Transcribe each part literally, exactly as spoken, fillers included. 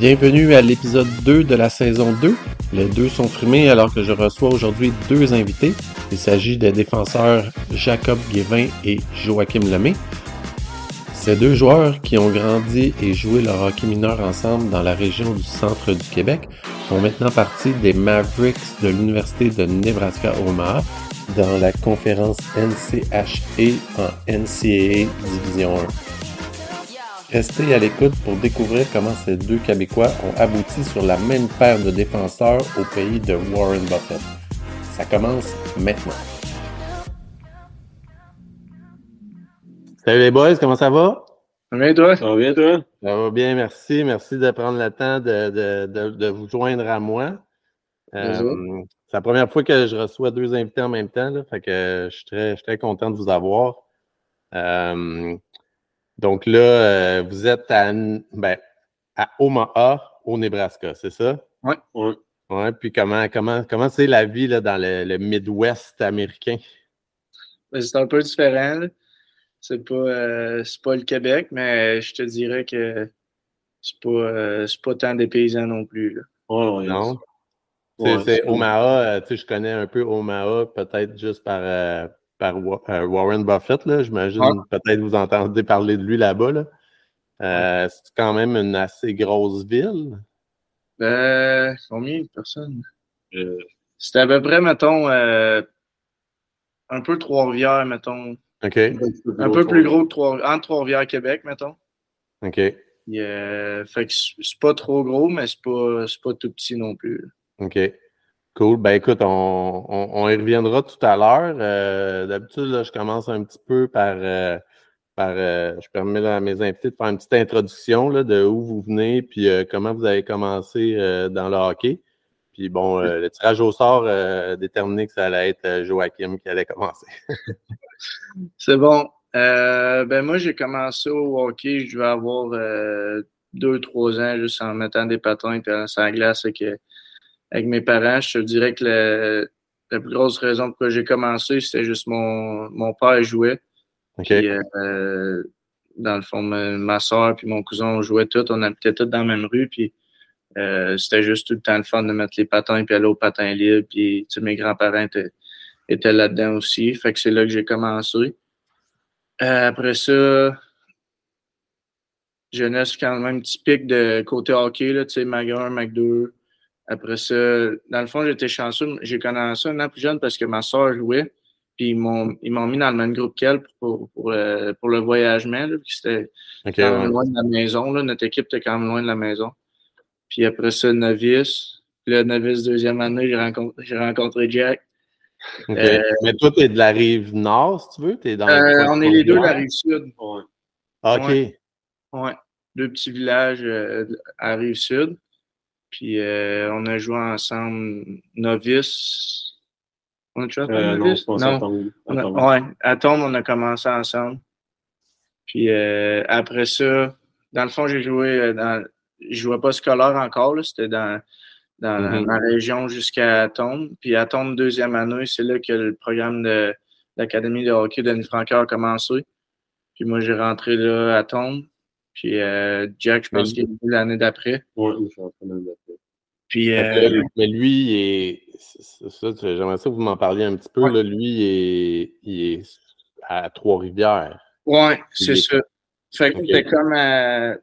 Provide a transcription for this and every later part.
Bienvenue à l'épisode deux de la saison deux. Les deux sont frimés alors que je reçois aujourd'hui deux invités. Il s'agit des défenseurs Jacob Guévin et Joachim Lemay. Ces deux joueurs qui ont grandi et joué leur hockey mineur ensemble dans la région du centre du Québec font maintenant partie des Mavericks de l'Université de Nebraska-Omaha dans la conférence N C H A en N C A A Division un. Restez à l'écoute pour découvrir comment ces deux Québécois ont abouti sur la même paire de défenseurs au pays de Warren Buffett. Ça commence maintenant. Salut les boys, comment ça va? Ça va bien toi? Ça va bien toi? Ça va bien, merci. Merci de prendre le temps de, de, de, de vous joindre à moi. Euh, c'est la première fois que je reçois deux invités en même temps, là, fait que je suis très, je suis très content de vous avoir. Euh, Donc là, euh, vous êtes à, ben, à Omaha, au Nebraska, c'est ça? Oui. Oui. Ouais, puis comment, comment, comment c'est la vie là, dans le, le Midwest américain? C'est un peu différent. Là. C'est pas, euh, c'est pas le Québec, mais je te dirais que c'est pas, euh, c'est pas tant des paysans non plus. Là. Ouais, ouais, non? Ouais, c'est, c'est c'est Omaha, euh, tu sais, je connais un peu Omaha, peut-être juste par, euh, par euh, Warren Buffett, là. J'imagine Ouais. peut-être vous entendez parler de lui là-bas. Là. Euh, ouais. C'est quand même une assez grosse ville. Euh, combien de personnes? Euh, C'était à peu près, mettons, euh, un peu Trois-Rivières, mettons. OK. Un peu plus gros que Trois, entre Trois-Rivières et Québec, mettons. OK. Yeah, fait que c'est pas trop gros, mais c'est pas, c'est pas tout petit non plus. OK. Cool. Ben écoute, on, on, on y reviendra tout à l'heure. Euh, d'habitude, là, je commence un petit peu par... Euh, par euh, je permets à mes invités de faire une petite introduction là, de où vous venez puis euh, comment vous avez commencé euh, dans le hockey. Puis bon, euh, le tirage au sort euh, a déterminé que ça allait être euh, Joachim qui allait commencer. C'est bon. Euh, ben moi, j'ai commencé au hockey, je devais avoir euh, deux, trois ans, juste en mettant des patins et en la glace avec, avec mes parents. Je te dirais que la, la plus grosse raison pourquoi j'ai commencé, c'était juste mon, mon père jouait. Okay. Puis, euh, dans le fond, ma, ma soeur puis mon cousin, on jouait tous, on habitait tous dans la même rue, puis euh, c'était juste tout le temps le fun de mettre les patins puis aller au patin libre. Puis, tu sais, mes grands-parents étaient, étaient là-dedans aussi. Fait que c'est là que j'ai commencé. Euh, après ça, jeunesse quand même typique de côté hockey, là, tu sais, Mag un, Mag deux. Après ça, dans le fond, j'étais chanceux. J'ai commencé un an plus jeune parce que ma soeur jouait. Puis ils m'ont, ils m'ont mis dans le même groupe qu'elle pour, pour, pour, euh, pour le voyagement. Là, puis c'était okay, quand même ouais. loin de la maison. Là. Notre équipe était quand même loin de la maison. Puis après ça, novice. Le novice deuxième année, j'ai rencontré, j'ai rencontré Jack. Okay. Euh, Mais toi, tu es de la rive nord, si tu veux? T'es dans le euh, coin on de est les deux de la Trois-Rivières? rive sud. Ouais. OK. Ouais. Ouais. Deux petits villages euh, à la rive sud. Puis euh, on a joué ensemble novice. On a joué ensemble euh, novice? Non, non. à Tombe. On a, ouais, à Tombe, on a commencé ensemble. Puis euh, après ça, dans le fond, j'ai joué dans. Je jouais pas scolaire encore, là, c'était dans, dans mm-hmm. ma région jusqu'à Tombe. Puis à Tombe, deuxième année, c'est là que le programme de l'Académie de hockey de Denis Francoeur a commencé. Puis moi, j'ai rentré là à Tombe. Puis euh, Jack, je pense oui. qu'il est venu l'année d'après. Oui, je suis rentré l'année d'après. Puis, euh, mais lui, il est, c'est ça, j'aimerais ça que vous m'en parliez un petit peu. Ouais. Là, lui, il est, il est à Trois-Rivières. Oui, c'est est... ça. Fait que okay. c'était comme à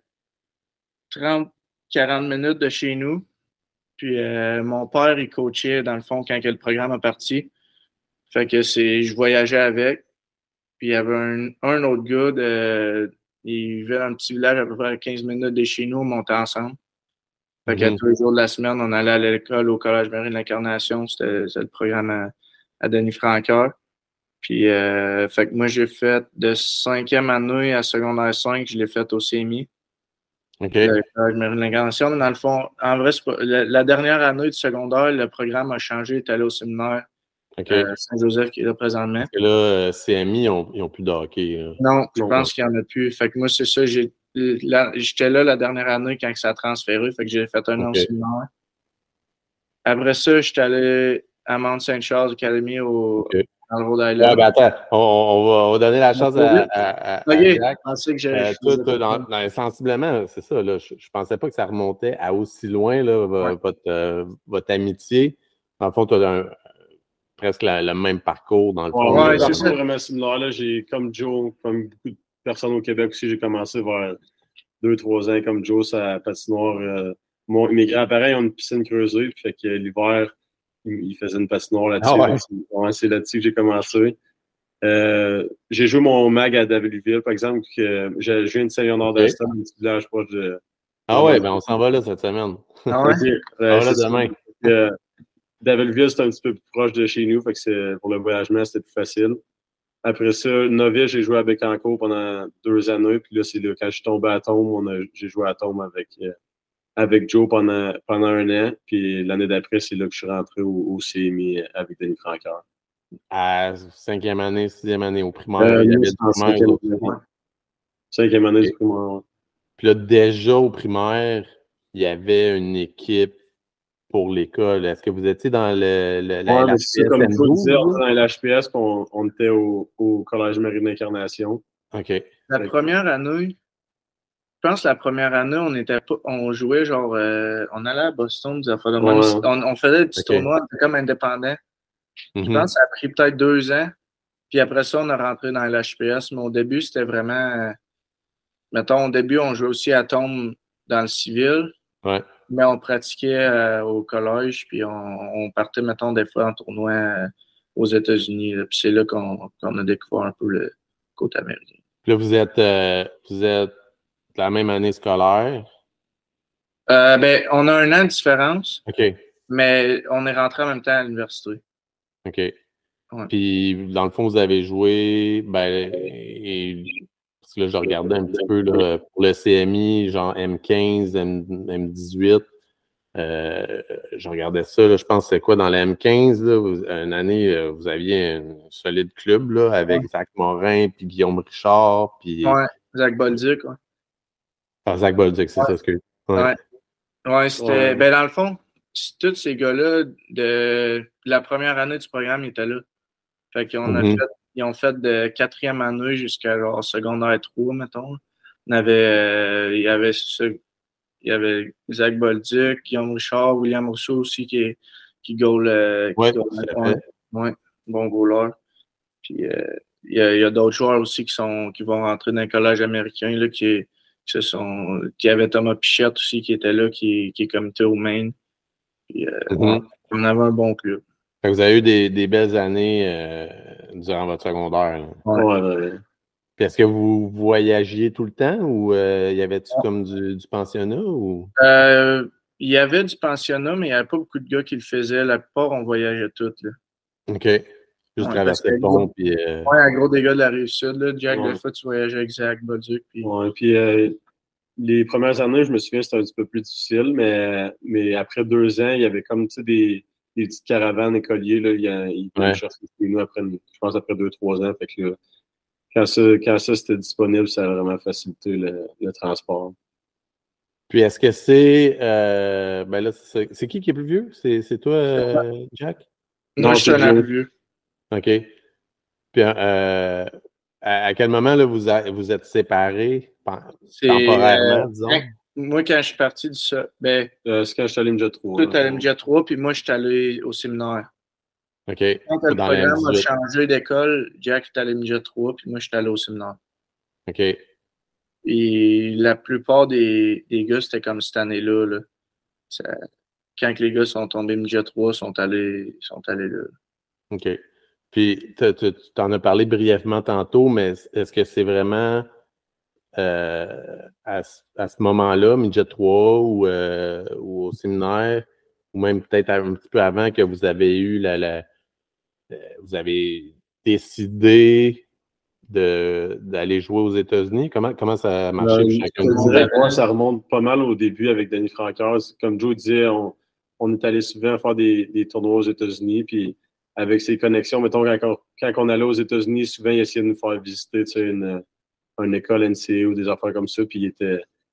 trente à quarante minutes de chez nous. Puis euh, mon père, il coachait, dans le fond, quand le programme a parti. Fait que c'est, je voyageais avec. Puis il y avait un, un autre gars, de, il vivait dans un petit village à peu près à quinze minutes de chez nous, on montait ensemble. Fait qu'à mm-hmm. tous les jours de la semaine, on allait à l'école au Collège Marie de l'Incarnation. C'était, c'était le programme à, à Denis Francoeur. Puis, euh, fait que moi, j'ai fait de cinquième année à secondaire cinq, je l'ai fait au C M I. OK. Le Collège Marie de l'Incarnation. Mais dans le fond, en vrai, c'est pas, la, la dernière année du secondaire, le programme a changé, il est allé au séminaire okay. euh, Saint-Joseph qui est là présentement. Parce que là, C M I, ils n'ont plus de hockey. Là. Non, je non, pense non. qu'il n'y en a plus. Fait que moi, c'est ça, j'ai, la, j'étais là la dernière année quand ça a transféré, fait que j'ai fait un okay. an au séminaire. Après ça, j'étais allé à Mount Saint Charles Academy au, okay. dans le Rhode Island. Ouais, ben attends, on, on, va, on va donner la chance à, à, à, okay. à Jack. Je pensais que euh, tout, tout, dans, dans, sensiblement, c'est ça. Là, je ne pensais pas que ça remontait à aussi loin, là, ouais. votre, euh, votre amitié. Dans le fond, tu as un, presque la, le même parcours, dans le fond. Ouais, là, c'est ça, vraiment similaire. Là. J'ai, comme Joe, comme beaucoup de personnes au Québec aussi, j'ai commencé vers deux, trois ans comme Joe, sa patinoire. Euh, mon, mes grands-parents ont une piscine creusée, puis fait que l'hiver, ils, ils faisaient une patinoire là-dessus. Ah ouais. Ouais, c'est là-dessus que j'ai commencé. Euh, j'ai joué mon mag à Davidville, par exemple, que je, je viens de Saint-Léonard-d'Aston, okay. un petit village proche de... Ah ouais, ben on s'en va là cette semaine. Ah ouais? Okay. Euh, ah là demain. Euh, Davidville, c'est un petit peu plus proche de chez nous, fait que c'est, pour le voyagement, c'était plus facile. Après ça, novice, j'ai joué à Bécancour pendant deux années, puis là, c'est là, quand je suis tombé à Tombe, on a, j'ai joué à Tombe avec, euh, avec Joe pendant, pendant un an, puis l'année d'après, c'est là que je suis rentré au, au C M I avec Denis Francaire. À cinquième année, sixième année au primaire, euh, il y avait du primaire. Cinquième, ouais. cinquième année okay. du primaire, ouais. Puis là, déjà au primaire, il y avait une équipe pour l'école. Est-ce que vous étiez dans le, le la ouais, L H P S? C'est comme je vous disais, on était dans la L H P S, puis on, on était au, au Collège Marie de l'Incarnation. OK. La première année, je pense que la première année, on était pas, on jouait genre, euh, on allait à Boston, des affaires de même. Ouais. On, on faisait des petits okay. tournois, on était comme indépendants. Mm-hmm. Je pense que ça a pris peut-être deux ans. Puis après ça, on a rentré dans la L H P S. Mais au début, c'était vraiment, euh, mettons, au début, on jouait aussi à Tombe dans le civil. Ouais. Mais on pratiquait euh, au collège, puis on, on partait, mettons, des fois en tournoi euh, aux États-Unis. Là. Puis c'est là qu'on, qu'on a découvert un peu le côté américain. Puis là, vous êtes, euh, vous êtes de la même année scolaire? Euh, ben, on a un an de différence. OK. Mais on est rentré en même temps à l'université. OK. Ouais. Puis, dans le fond, vous avez joué, ben, et, parce que là, je regardais un petit peu, là, pour le C M I, genre M quinze, M dix-huit. Euh, je regardais ça, là, je pense que c'est quoi dans la M quinze, là, vous, une année, vous aviez un solide club là, avec ouais. Zach Morin, puis Guillaume Richard, puis... Ouais, Zach Bolduc, ouais. Ah, Zach Bolduc, c'est ouais. ça, ce que... Ouais, ouais, ouais c'était... Ouais. Ben, dans le fond, tous ces gars-là, de la première année du programme, ils étaient là. Fait qu'on a mm-hmm. fait... Ils ont fait de quatrième année jusqu'à genre secondaire trois, mettons. On avait... Euh, il y avait ça... Il y avait Zach Bolduc, Guillaume Richard, William Rousseau aussi qui, qui goal. Euh, ouais, qui goal ouais, ouais, bon goaler. Puis euh, il y a, il y a d'autres joueurs aussi qui sont qui vont rentrer dans le collège américain là, qui, qui se sont. Qui avait Thomas Pichette aussi qui était là, qui, qui est comité au Maine. Puis euh, mm-hmm. ouais, on avait un bon club. Fait que vous avez eu des, des belles années euh, durant votre secondaire. Là. Ouais, ouais, ouais. Puis est-ce que vous voyagiez tout le temps ou euh, y avait-tu ouais. comme du, du pensionnat? Ou? Euh, il y avait du pensionnat, mais il n'y avait pas beaucoup de gars qui le faisaient. La plupart, on voyageait tous. Là. OK. Juste ouais, traverser le pont. Puis, euh... Oui, un gros dégât de la Rive-Sud. Là. Jack, ouais. Des fois, tu voyageais avec Zach Bolduc. Puis... Oui, puis euh, les premières années, je me souviens, c'était un petit peu plus difficile, mais, mais après deux ans, il y avait comme des, des petites caravanes écoliers. Là, ils venaient ouais. chercher nous après, je pense, après deux, trois ans. Fait que là, Quand ça, quand ça c'était disponible, ça a vraiment facilité le, le transport. Puis est-ce que c'est euh, ben là, c'est, c'est qui qui est plus vieux? C'est, c'est toi, euh, Jack? Non, non je suis un peu vieux. OK. Puis euh, à, à quel moment là, vous, a, vous êtes séparés temporairement, euh, disons? Moi, quand je suis parti du ça, ben, euh, c'est quand je suis allé M J A trois. Toi, tu es allé M J A trois, puis moi, je suis allé au séminaire. OK. Quand le programme a changé d'école, Jack est allé M J A trois, puis moi, je suis allé au séminaire. OK. Et la plupart des, des gars, c'était comme cette année-là. Là. Ça, quand les gars sont tombés M J A trois, ils sont allés, sont allés là. OK. Puis, tu t'en as parlé brièvement tantôt, mais est-ce que c'est vraiment euh, à, à ce moment-là, M J A trois ou, euh, ou au séminaire, ou même peut-être un petit peu avant que vous avez eu la... la vous avez décidé de, d'aller jouer aux États-Unis? Comment, comment ça a marché? Euh, chacun je dirais, moi, ça remonte pas mal au début avec Denis Francaire. Comme Joe disait, on, on est allé souvent faire des, des tournois aux États-Unis. Puis avec ses connexions, mettons, quand, quand on allait aux États-Unis, souvent, il essayait de nous faire visiter une, une école N C A A ou des affaires comme ça. Puis il était,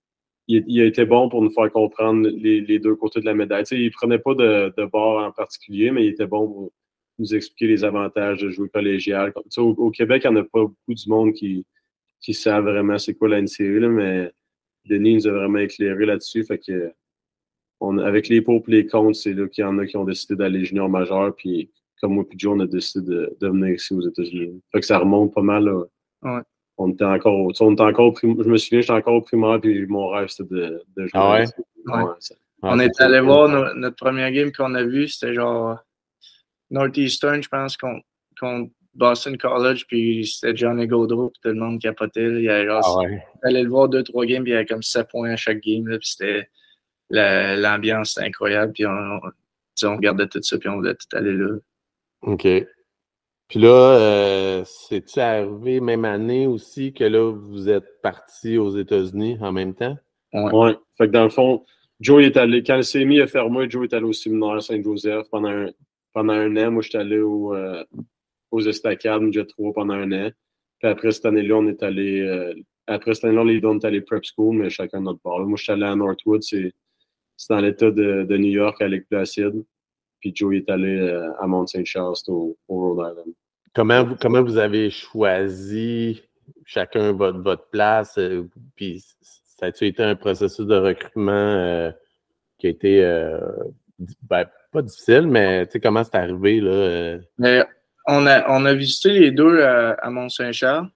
il, il a été bon pour nous faire comprendre les, les deux côtés de la médaille. Tu sais, il ne prenait pas de, de bord en particulier, mais il était bon pour nous expliquer les avantages de jouer collégial. Tu sais, au, au Québec, il n'y en a pas beaucoup du monde qui, qui savent vraiment c'est quoi la N C A A, là, mais Denis nous a vraiment éclairé là-dessus. Fait que on, avec les pour et les contre, c'est là qu'il y en a qui ont décidé d'aller junior majeur, puis comme moi et Joe, on a décidé de, de venir ici aux États-Unis. Fait que ça remonte pas mal. Là. Ouais. On était encore, on était encore prim... je me souviens, j'étais encore au primaire, puis mon rêve, c'était de, de jouer. Ah ouais? Ouais. Ouais, ça... ah, on est allé voir no, notre première game qu'on a vu, c'était genre Northeastern, je pense, contre, contre Boston College, puis c'était Johnny Gaudreau, puis tout le monde capotait. Là. Il y avait genre, ah ouais. on allait le voir deux, trois games, puis il y avait comme sept points à chaque game, là, puis c'était la, l'ambiance, c'était incroyable, puis on, on, on regardait tout ça, puis on voulait tout aller là. OK. Puis là, euh, c'est-tu arrivé même année aussi que là, vous êtes parti aux États-Unis en même temps? Oui. Ouais. Fait que dans le fond, Joe est allé, quand le C M I a fermé, Joe est allé au séminaire Saint-Joseph pendant un, pendant un an. Moi, j'étais allé au, euh, aux Estacades, Midget trois pendant un an. Puis après cette année-là, on est allé, euh, après cette année-là, les deux, on est allé prep school, mais chacun de notre part. Moi, j'étais allé à Northwood, c'est, c'est dans l'État de, de New York, à Lake Placid. Puis Joe est allé euh, à Mount Saint Charles, au, au Rhode Island. Comment vous, comment vous avez choisi chacun votre, votre place? Euh, puis ça a-tu été un processus de recrutement euh, qui a été euh, ben, pas difficile, mais tu sais, comment c'est arrivé là? Euh... Mais on a, on a visité les deux à, à Mont-Saint-Charles,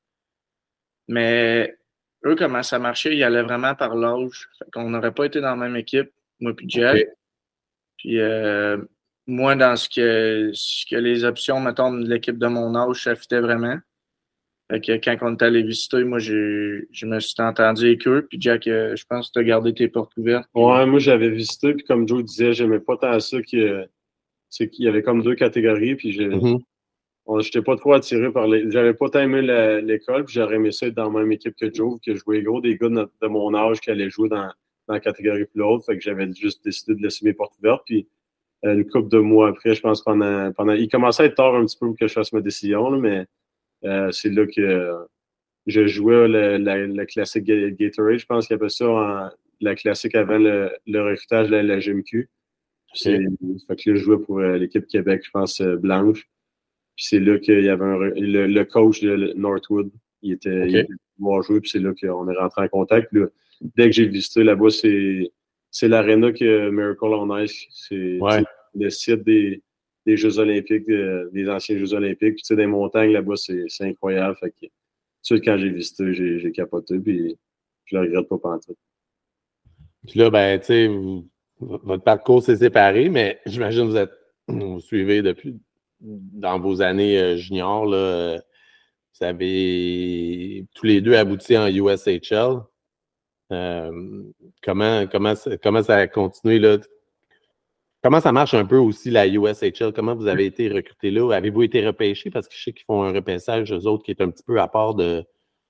mais eux, comment ça marchait, ils allaient vraiment par l'âge. Fait qu'on n'aurait pas été dans la même équipe, moi puis Jack. Okay. Puis euh, moi, dans ce que, ce que les options, mettons, de l'équipe de mon âge, ça fitait vraiment. Fait que quand on est allé visiter, moi, j'ai, je me suis entendu avec eux. Puis Jack, euh, je pense que tu as gardé tes portes ouvertes. Puis... Ouais, moi, j'avais visité. Puis comme Joe disait, j'aimais pas tant ça que, c'est qu'il y avait comme deux catégories. Puis je mm-hmm. n'étais pas trop attiré par les... J'avais pas tant aimé la, l'école. Puis j'aurais aimé ça être dans la même équipe que Joe, que je jouais gros des gars de, notre, de mon âge qui allaient jouer dans, dans la catégorie plus haute. Fait que j'avais juste décidé de laisser mes portes ouvertes. Puis euh, une couple de mois après, je pense, pendant, pendant... Il commençait à être tard un petit peu pour que je fasse ma décision, là, mais euh, c'est là que... Euh, je jouais le, la, la classique Gatorade, je pense qu'il y avait ça en, la classique avant le, le recrutage de la, la G M Q. Okay. Fait que là, je jouais pour euh, l'équipe Québec, je pense, euh, blanche. Puis c'est là qu'il y avait un, le, le coach de Northwood, il était, okay. il était pouvoir jouer, puis c'est là qu'on est rentré en contact. Là, dès que j'ai visité là-bas, c'est, c'est l'aréna que Miracle on Ice, c'est, ouais. c'est le site des, des Jeux olympiques, des, des anciens Jeux olympiques. Puis tu sais, des montagnes là-bas, c'est, c'est incroyable. Fait que, tout de suite, quand j'ai visité, j'ai, j'ai capoté, puis je le regrette pas pendant tout. Puis là, ben, tu sais, votre parcours s'est séparé, mais j'imagine que vous êtes, vous suivez depuis, dans vos années euh, juniors, là, euh, vous avez tous les deux abouti en U S H L. Euh, comment, comment, comment ça a continué, là? Comment ça marche un peu aussi, la U S H L? Comment vous avez été recruté là? Avez-vous été repêché? Parce que je sais qu'ils font un repêchage, eux autres, qui est un petit peu à part de...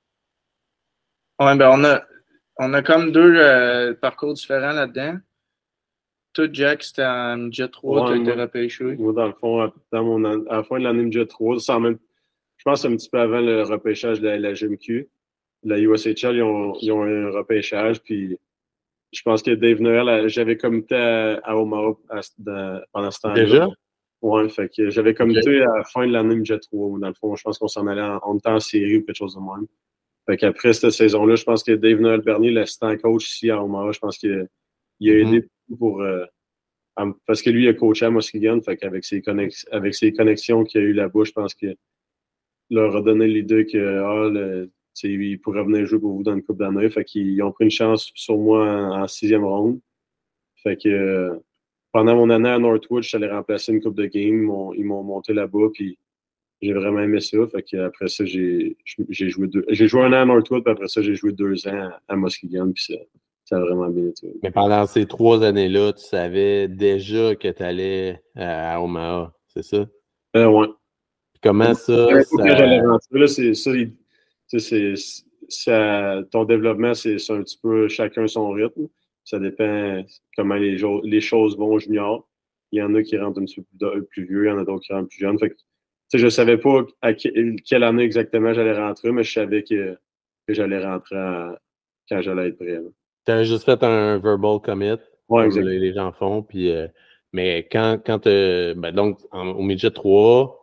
Oui, ben on a, on a comme deux euh, parcours différents là-dedans. Toi, Jack, c'était en Midget trois, ouais, tu as été repêché. Moi, dans le fond, dans mon, à la fin de l'année Midget trois, ça même, je pense un petit peu avant le repêchage de la, la G M Q. La U S H L, ils ont, ils ont un repêchage, puis... Je pense que Dave Noël, j'avais comité à, à Omaha à, à, pendant ce temps-là. Déjà? Oui, fait que j'avais comité okay. à la fin de l'année Midget trois. Dans le fond, je pense qu'on s'en allait en, on était en série ou quelque chose de même. Fait qu'après cette saison-là, je pense que Dave Noël Bernier, l'assistant coach ici à Omaha, je pense qu'il il a mm-hmm. aidé pour... Euh, parce que lui, il a coaché à Muskegon, fait qu'avec ses, connex, avec ses connexions qu'il a eues là-bas, je pense qu'il leur a donné l'idée que ah, le, ils pourraient venir jouer pour vous dans une couple d'années. Fait qu'ils ont pris une chance sur moi en, en sixième ronde. Fait que euh, pendant mon année à Northwood, je suis allé remplacer une coupe de game. Ils m'ont, ils m'ont monté là-bas, puis j'ai vraiment aimé ça. Fait que après ça, j'ai, j'ai joué deux. J'ai joué un an à Northwood, puis après ça, j'ai joué deux ans à Muskegon, puis ça, ça a vraiment bien été. Mais pendant ces trois années-là, tu savais déjà que tu allais à, à Omaha, c'est ça? Euh, ouais. Comment ça? Ouais, ça... Quand j'allais rentrer, là, c'est ça. Il... C'est, ça, ton développement, c'est, c'est un petit peu chacun son rythme. Ça dépend comment les, les choses vont au junior. Il y en a qui rentrent un petit peu plus, plus vieux, il y en a d'autres qui rentrent plus jeunes. Fait que, je ne savais pas à que, quelle année exactement j'allais rentrer, mais je savais que, que j'allais rentrer à, quand j'allais être prêt. tu avais juste fait un verbal commit, Ouais, comme les, les gens font, puis, euh, mais quand, quand euh, ben donc, en, au midget trois,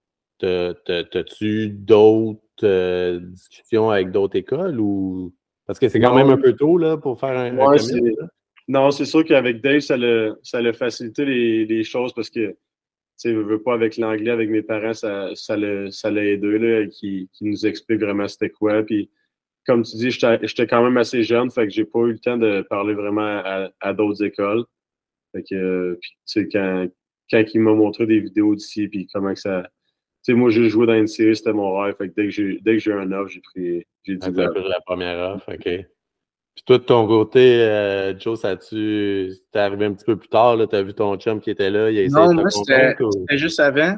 t'as-tu d'autres euh, discussions avec d'autres écoles ou... Parce que c'est quand non, même un peu tôt là, pour faire un, ouais, un commit. Non, c'est sûr qu'avec Dave, ça l'a ça l'a facilité les, les choses parce que, tu sais, je veux pas avec l'anglais, avec mes parents, ça, ça l'a ça l'a aidé, là, qui, qui nous explique vraiment c'était quoi. Puis, comme tu dis, j'étais j'étais quand même assez jeune, fait que j'ai pas eu le temps de parler vraiment à, à d'autres écoles. Fait que, euh, puis, tu sais, quand, quand il m'a montré des vidéos d'ici, puis comment que ça. Tu sais, moi, j'ai joué dans une série, c'était mon rêve. Fait que dès que j'ai dès que j'ai eu un offre, j'ai pris, j'ai dit, Ah, ben, t'as pris la première offre, OK. Puis toi, de ton côté, euh, Joe, ça tu t'es arrivé un petit peu plus tard, là, t'as vu ton chum qui était là, il a essayé Non, de te moi, c'était convaincre ou... c'était juste avant.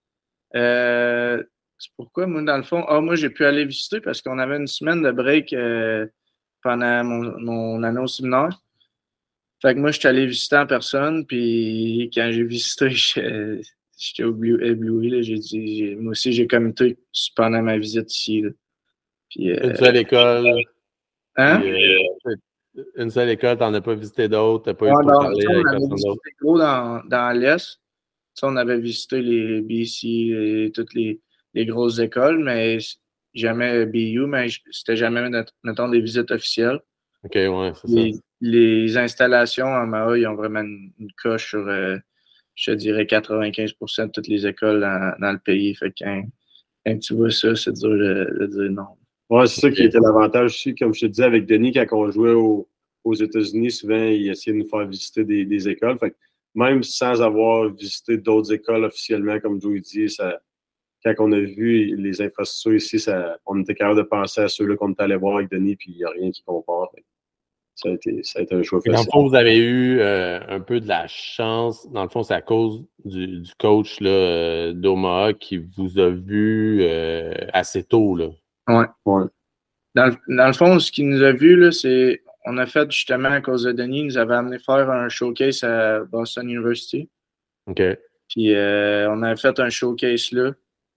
Euh, c'est pourquoi, moi, dans le fond, ah, moi, j'ai pu aller visiter parce qu'on avait une semaine de break euh, pendant mon, mon année au séminaire. Fait que moi, je suis allé visiter en personne, puis quand j'ai visité, je- j'étais ébloui, ébloui, là. J'ai dit, j'ai- moi aussi, j'ai comité pendant ma visite ici, là. Puis, euh, Une seule école, hein? puis, euh, une seule école, t'en as pas visité d'autres, t'as pas eu Ouais, pour dans- parler on avec avait personne d'autre. visité gros dans, dans l'Est. Ça, on avait visité les B C et toutes les, les grosses écoles, mais jamais B U, mais c'était jamais, mettons, des visites officielles. OK, ouais, c'est Les, ça. les installations en M A A, ils ont vraiment une, une coche sur, euh, je te dirais, quatre-vingt-quinze pour cent de toutes les écoles dans, dans le pays. Fait que quand, quand tu vois ça, c'est dur de, de dire non. ouais, c'est ça qui Ok. était l'avantage aussi. Comme je te disais avec Denis, quand on jouait au- aux États-Unis, souvent, il essayait de nous faire visiter des, des écoles. Fait que même sans avoir visité d'autres écoles officiellement, comme Joe dit, ça, quand on a vu les infrastructures ici, ça, on était capable de penser à ceux-là qu'on était allé voir avec Denis, puis il n'y a rien qui compare. Fait que ça a été, ça a été un choix Dans le facile. fond, vous avez eu euh, un peu de la chance. Dans le fond, c'est à cause du, du coach là, euh, d'Omaha qui vous a vu euh, assez tôt. Là. Ouais. Ouais. Dans le, dans le fond, ce qu'il nous a vu, là, c'est on a fait justement à cause de Denis, il nous avait amené faire un showcase à Boston University. OK. Puis euh, on avait fait un showcase là.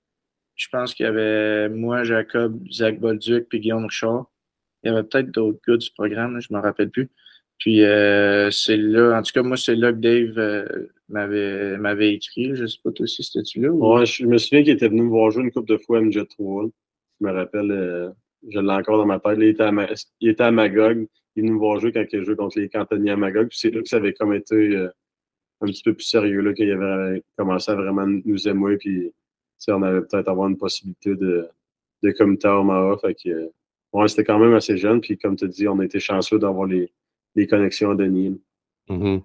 Je pense qu'il y avait moi, Jacob, Zach Bolduc, puis Guillaume Richard. Il y avait peut-être d'autres gars du programme, là, je ne me rappelle plus. Puis euh, c'est là, en tout cas, moi, c'est là que Dave euh, m'avait, m'avait écrit. Là. Je ne sais pas toi aussi, c'était-tu là? Ou... Ouais, je me souviens qu'il était venu me voir jouer une couple de fois à M J trois. Je me rappelle, euh, je l'ai encore dans ma tête. Là, il, était à Ma- il était à Magog. Il est venu me voir jouer quand il a joué contre les cantonniers à Magog. Puis c'est là que ça avait comme été euh, un petit peu plus sérieux, là, qu'il avait commencé à vraiment nous émouer. Puis tu sais, on avait peut-être avoir une possibilité de, de comité à Omaha. Fait que, euh, ouais, c'était quand même assez jeune. Puis comme tu dis, on a été chanceux d'avoir les, les connexions à Denis. Mm-hmm.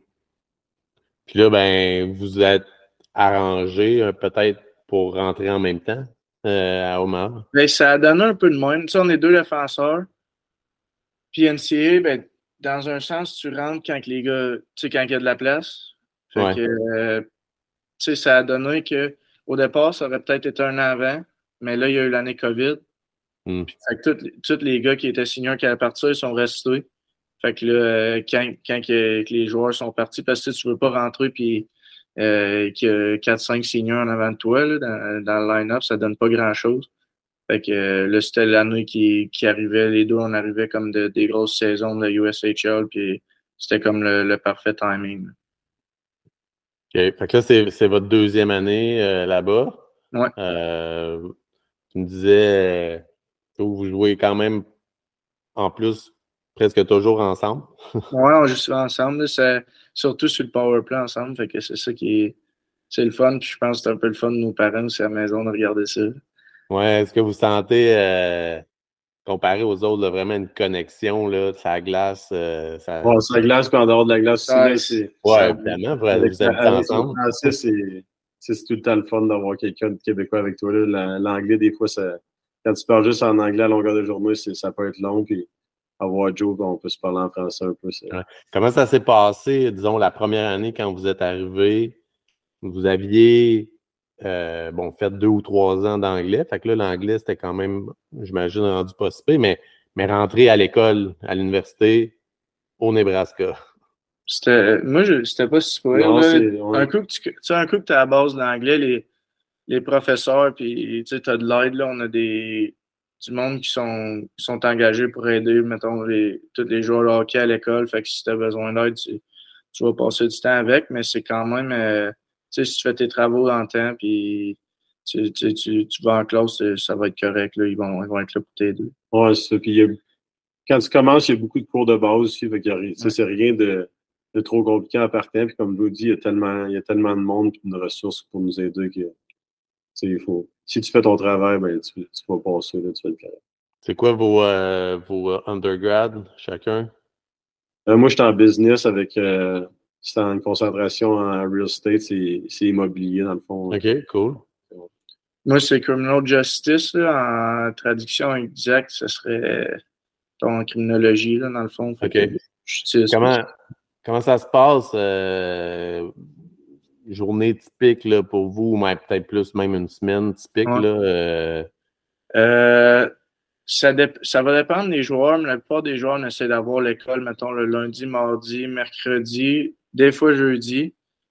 Puis là, ben, vous êtes arrangé euh, peut-être pour rentrer en même temps euh, à Omaha. Ben, ça a donné un peu de même. Tu sais, on est deux défenseurs. Puis N C A A, ben, dans un sens, tu rentres quand les gars, tu sais, quand il y a de la place. Fait Ouais. que, euh, tu sais, ça a donné que au départ, ça aurait peut-être été un an avant, mais là, il y a eu l'année COVID. Mm. Puis, fait que tous les, tous les gars qui étaient seniors qui allaient partir sont restés. Fait que là, euh, quand, quand que, que les joueurs sont partis, parce que tu veux pas rentrer puis euh, qu'il y a quatre cinq seniors en avant de toi là, dans, dans le line-up, ça donne pas grand-chose. Fait que euh, là, c'était l'année qui, qui arrivait. Les deux, on arrivait comme de, des grosses saisons de la U S H L, puis c'était comme le, le parfait timing. OK. Fait que là, c'est, c'est votre deuxième année euh, là-bas. Ouais. Euh, tu me disais que vous jouez quand même en plus presque toujours ensemble. Ouais, on joue souvent ensemble. Là, c'est, surtout sur le power play ensemble. Fait que c'est ça qui est. C'est le fun. Puis je pense que c'est un peu le fun de nos parents aussi à la maison de regarder ça. Ouais, est-ce que vous sentez, euh, comparé aux autres, là, vraiment une connexion, là, sur la glace? Euh, ça... Ouais, sur la glace, puis en dehors de la glace aussi, Ouais, là, c'est. Ouais, ça- évidemment, vous, avec, vous habitez avec ensemble. le français, c'est, c'est c'est tout le temps le fun d'avoir quelqu'un de Québécois avec toi. Là. La- L'anglais, des fois, ça, quand tu parles juste en anglais à longueur de journée, c'est, ça peut être long. Puis avoir Joe, on peut se parler en français un peu. C'est... Ouais. Comment ça s'est passé, disons, la première année quand vous êtes arrivé? Vous aviez euh, bon, fait deux ou trois ans d'anglais. Fait que là, l'anglais, c'était quand même, j'imagine, rendu pas si pire, mais, mais rentrer à l'école, à l'université, au Nebraska. C'était, moi, je, c'était pas si pire. Non, Là. c'est. on- Un coup que tu tu sais, un coup que tu es à la base de l'anglais, les, les professeurs, puis tu sais, tu as de l'aide. Là, on a des. du monde qui sont, qui sont engagés pour aider, mettons, les, tous les joueurs de hockey à l'école. Fait que si tu as besoin d'aide, tu, tu vas passer du temps avec, mais c'est quand même, euh, tu sais, si tu fais tes travaux dans le temps, puis tu, tu, tu, tu vas en classe, ça va être correct, là, ils vont, ils vont être là pour t'aider. Ouais, c'est ça. Puis il y a, quand tu commences, il y a beaucoup de cours de base aussi, fait qu'il y a, ouais. C'est rien de, de trop compliqué en partant. Puis comme Lou dit, il y a tellement, il y a tellement de monde et de ressources pour nous aider que, il faut, si tu fais ton travail, ben, tu, tu vas passer, là, tu fais le carré. C'est quoi vos, euh, vos undergrads, chacun? Euh, moi, j'étais en business avec euh, c'était en concentration en real estate, c'est, c'est immobilier dans le fond. OK, cool. Moi, c'est criminal justice, là, en traduction exacte, ce serait en criminologie, là, dans le fond. OK. Justice, comment, comment ça se passe, euh, journée typique là, pour vous, ou peut-être plus même une semaine typique? Ouais. Là, euh... Euh, ça, dép- ça va dépendre des joueurs, mais la plupart des joueurs on essaie d'avoir l'école, mettons, le lundi, mardi, mercredi, des fois jeudi.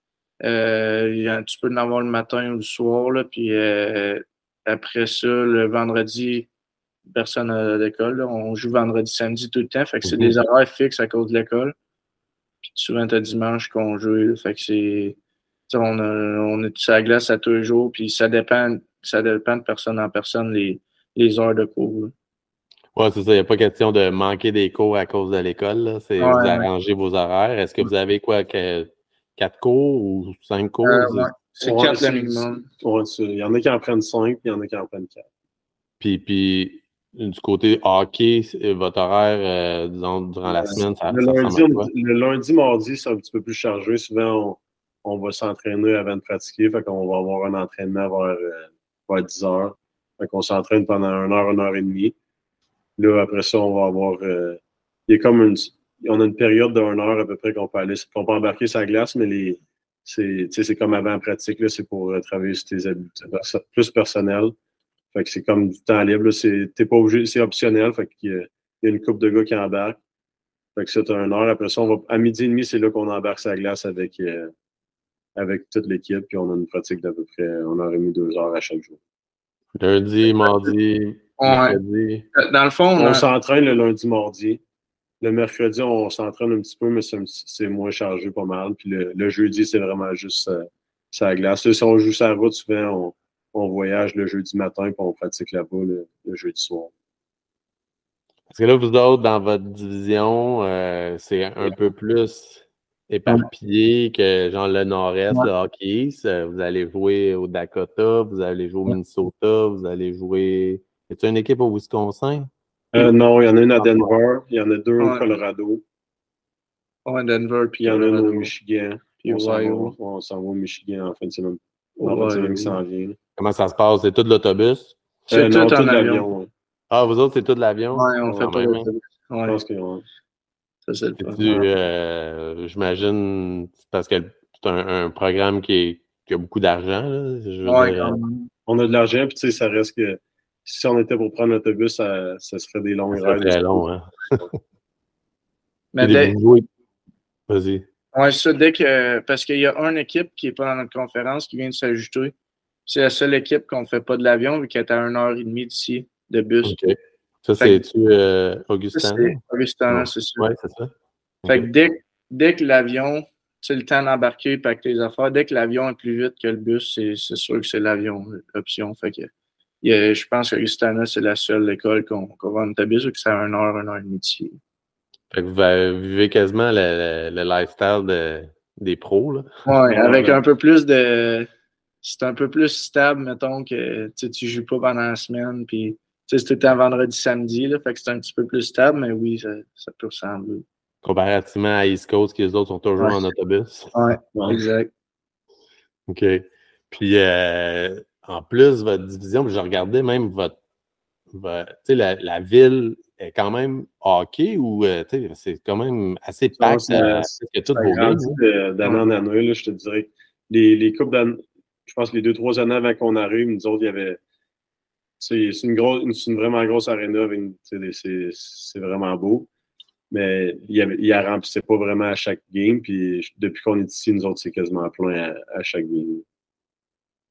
Euh, tu peux en avoir le matin ou le soir, là, puis euh, après ça, le vendredi, personne n'a d'école. Là. On joue vendredi, samedi tout le temps. Fait que c'est mm-hmm. des horaires fixes à cause de l'école. Puis souvent, t'as dimanche qu'on joue. Là. Fait que c'est. On, a, on est tous à la glace à tous les jours. Puis ça dépend, ça dépend de personne en personne, les, les heures de cours. Là. Ouais, c'est ça. Il n'y a pas question de manquer des cours à cause de l'école. Là. C'est ouais, vous arrangez ouais. vos horaires. Est-ce que vous avez quoi, que, quatre cours ou cinq cours? Euh, ouais. C'est ouais, quatre le minimum. Ouais, il y en a qui en prennent cinq, puis il y en a qui en prennent quatre. Puis, puis du côté hockey, votre horaire, euh, disons, durant la semaine, ça, le, ça lundi, on, le lundi, mardi, c'est un petit peu plus chargé. Souvent, on, on va s'entraîner avant de pratiquer. Fait qu'on va avoir un entraînement vers, euh, vers dix heures. Fait qu'on s'entraîne pendant une heure, une heure et demie. Là, après ça, on va avoir... Euh, il y a comme une... On a une période d'une heure à peu près qu'on peut aller... qu'on peut embarquer sur la glace, mais les... C'est, c'est comme avant la pratique, là, c'est pour euh, travailler sur tes habitudes plus personnelles. Fait que c'est comme du temps libre. Là, c'est, t'es pas obligé, c'est optionnel. Fait qu'il y a, il y a une couple de gars qui embarquent. Fait que ça, t'as une heure. Après ça, on va, à midi et demi, c'est là qu'on embarque sur la glace avec, euh, avec toute l'équipe. Puis on a une pratique d'à peu près une heure et demie, deux heures à chaque jour. Lundi, mardi, mercredi. Dans le fond, on a... s'entraîne le lundi, mardi. Le mercredi, on s'entraîne un petit peu, mais c'est, c'est moins chargé pas mal. Puis le, le jeudi, c'est vraiment juste euh, sur la glace. Là, si on joue sur la route, souvent, on, on voyage le jeudi matin puis on pratique là-bas le, le jeudi soir. Parce que là, vous autres, dans votre division, euh, c'est un peu plus éparpillé que genre le Nord-Est, ouais. Le hockey. Vous allez jouer au Dakota, vous allez jouer au Minnesota, vous allez jouer... Y a-t-il une équipe au Wisconsin? Euh, non, il y en a une à Denver, il y en a deux ouais. au Colorado. Ouais, Denver, puis il y en a une au Michigan. Puis on, au s'en va, Ohio. on s'en va au Michigan en fin de semaine. En fin de semaine qui s'en vient. Comment ça se passe? C'est tout de l'autobus? C'est euh, tout, non, tout de l'avion. l'avion ouais. Ah, vous autres, c'est tout de l'avion? Oui, on ne fait pas l'autobus. Ouais. Je pense que ouais. Ça, c'est le fun. Euh, j'imagine, parce que c'est un, un programme qui, est, qui a beaucoup d'argent. Là, je veux ouais, dire, on a de l'argent, puis tu sais, ça reste que si on était pour prendre l'autobus, ça, ça serait des longs rides. C'est très long, hein? Mais dès... Vas-y. Oui, ça, dès que. Parce qu'il y a une équipe qui n'est pas dans notre conférence qui vient de s'ajouter. C'est la seule équipe qu'on ne fait pas de l'avion, vu qu'elle est à une heure et demie d'ici, de bus. OK. Ça, c'est-tu euh, Augustin? C'est Augustin, c'est ça. Oui, c'est ça. Fait okay. que dès, dès que l'avion, c'est le temps d'embarquer et avec tes affaires, dès que l'avion est plus vite que le bus, c'est, c'est sûr que c'est l'avion, l'option. Fait que il y a, je pense qu'Augustana, c'est la seule école qu'on, qu'on va en autobus, vu que c'est à une heure, une heure et demie d'ici. Fait que vous vivez quasiment le, le, le lifestyle de, des pros, là. Oui, avec un peu plus de... C'est un peu plus stable, mettons, que tu joues pas pendant la semaine, puis c'est tout le temps vendredi, samedi, là, fait que c'est un petit peu plus stable, mais oui, ça, ça peut ressembler. Comparativement à East Coast, que les autres sont toujours ouais. en autobus. Oui, ouais. Exact. OK. Puis, euh, en plus, votre division, je regardais même votre... votre tu sais, la, la ville est quand même hockey ou euh, c'est quand même assez pack à toutes vos villes. D'année en année, là, je te dirais que les, les coupes d'année, je pense que les deux, trois années avant qu'on arrive, nous autres, il y avait. C'est, c'est, une, grosse, c'est une vraiment grosse aréna. Avec une, c'est, c'est vraiment beau. Mais il ne remplissait pas vraiment à chaque game. Puis depuis qu'on est ici, nous autres, c'est quasiment plein à, à chaque game.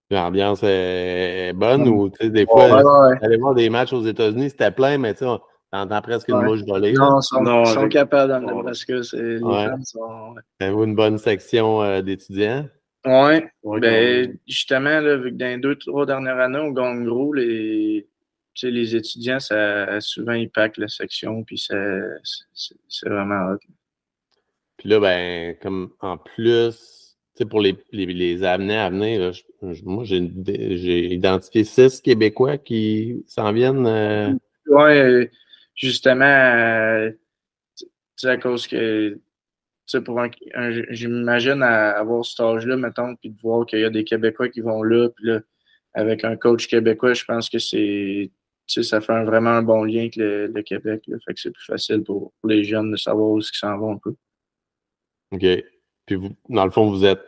L'ambiance est bonne ou, tu sais, des Ouais, fois, ouais. aller voir des matchs aux États-Unis, c'était plein, mais tu sais, t'entends presque une Ouais. mouche voler. Non, ils sont, Non, sont avec- capables dans le Ouais. Nebraska. c'est- Les Ouais. fans sont. Avez-vous une bonne section euh, d'étudiants? Ouais. Ouais, Ben, quand- justement, là, vu que dans les deux, trois dernières années, on gagne gros, les, tu sais, les étudiants, ça, souvent, ils packent la section, puis ça, c'est c'est vraiment hot. Puis là, ben, comme en plus, tu sais, pour les, les, les amener à venir, là, je- je- moi, j'ai j'ai identifié six Québécois qui s'en viennent. euh, Ouais, euh, justement, euh, tu sais, à cause que, tu sais, pour un, un- j'imagine à avoir cet âge-là, mettons, puis de voir qu'il y a des Québécois qui vont là, puis là, avec un coach québécois, je pense que c'est, tu sais, ça fait un- vraiment un bon lien avec le, le Québec, là. Fait que c'est plus facile pour, pour les jeunes de savoir où ils s'en vont un peu. OK. Puis vous, dans le fond, vous êtes.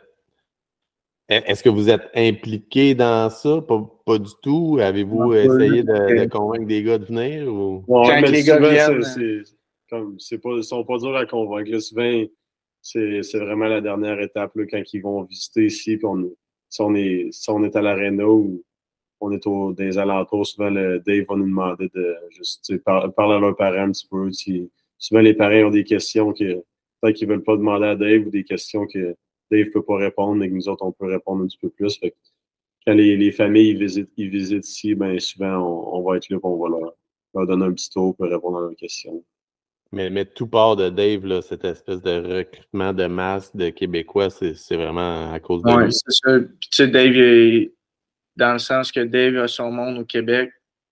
Est-ce que vous êtes impliqué dans ça? Pas, pas du tout. Avez-vous essayé de, de convaincre des gars de venir? Ou... Ouais, Quand mais les gars souvent, viennent, c'est, c'est comme, c'est pas, ils sont pas durs à convaincre. Là, souvent, c'est, c'est vraiment la dernière étape, là, quand ils vont visiter ici, puis on, si on est, si on est à l'aréna ou on est au, dans les alentours, souvent, le Dave va nous demander de juste, tu sais, par- parler à leurs parents un petit peu. Si, souvent, les parents ont des questions que, peut-être qu'ils veulent pas demander à Dave ou des questions que Dave peut pas répondre, mais que nous autres, on peut répondre un petit peu plus. Fait que quand les, les familles ils visitent, ils visitent ici, ben souvent, on, on va être là, puis on va leur, leur donner un petit tour pour répondre à leurs questions. Mais, mais tout part de Dave, là, cette espèce de recrutement de masse de Québécois, c'est, c'est vraiment à cause de ouais, lui. c'est ça. Puis, tu sais, Dave, il- dans le sens que Dave a son monde au Québec,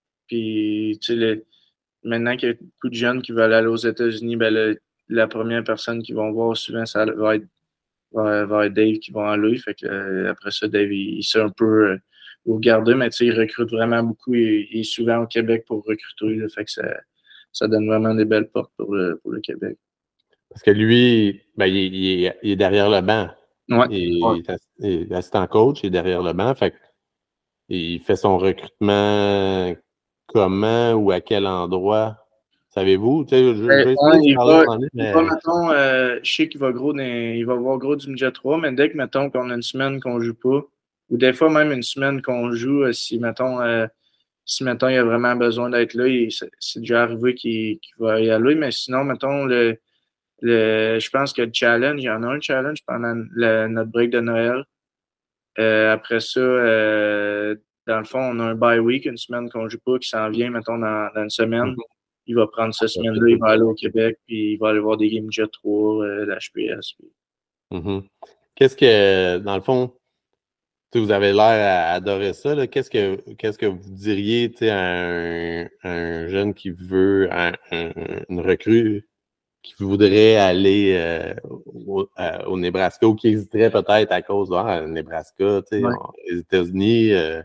puis, tu sais, le- maintenant qu'il y a beaucoup de jeunes qui veulent aller aux États-Unis, ben, le- la première personne qu'ils vont voir souvent, ça va être, va, va être Dave qui va en lui. Fait que, euh, après ça, Dave, il, il sait un peu euh, où garder, mais tu sais, il recrute vraiment beaucoup. Il, il est souvent au Québec pour recruter. Là, fait que ça, ça donne vraiment des belles portes pour le, pour le Québec. Parce que lui, ben, il, il est, il est derrière le banc. Ouais. Il, Ouais. est ass- il est assistant coach, il est derrière le banc. Fait que il fait son recrutement comment ou à quel endroit? Savez-vous? Tu sais, je, je Ben, vais ouais, essayer de il parler va, en anglais, il va, mais mettons, euh, je sais qu'il va gros dans, il va voir gros du midget trois, mais dès que, mettons, qu'on a une semaine qu'on joue pas, ou des fois même une semaine qu'on joue, euh, si, mettons, euh, si, mettons, il a vraiment besoin d'être là, il- c'est c'est déjà arrivé qu'il qu'il va y aller, mais sinon, mettons, le, le, je pense que le challenge, il y en a un challenge pendant le- notre break de Noël. Euh, après ça, euh, dans le fond, on a un bye week, une semaine qu'on joue pas, qui s'en vient, mettons, dans, dans une semaine. Il va prendre cette semaine-là, il va aller au Québec, puis il va aller voir des games Jet trois, euh, l'H P S. Puis... Mhm. Qu'est-ce que, dans le fond, tu sais, vous avez l'air à adorer ça, là. Qu'est-ce que, qu'est-ce que vous diriez, tu sais, à un, un jeune qui veut, un- un- une recrue qui voudrait aller euh, au, à- au Nebraska ou qui hésiterait peut-être à cause de ah, Nebraska, tu sais, Ouais. on- les États-Unis. euh,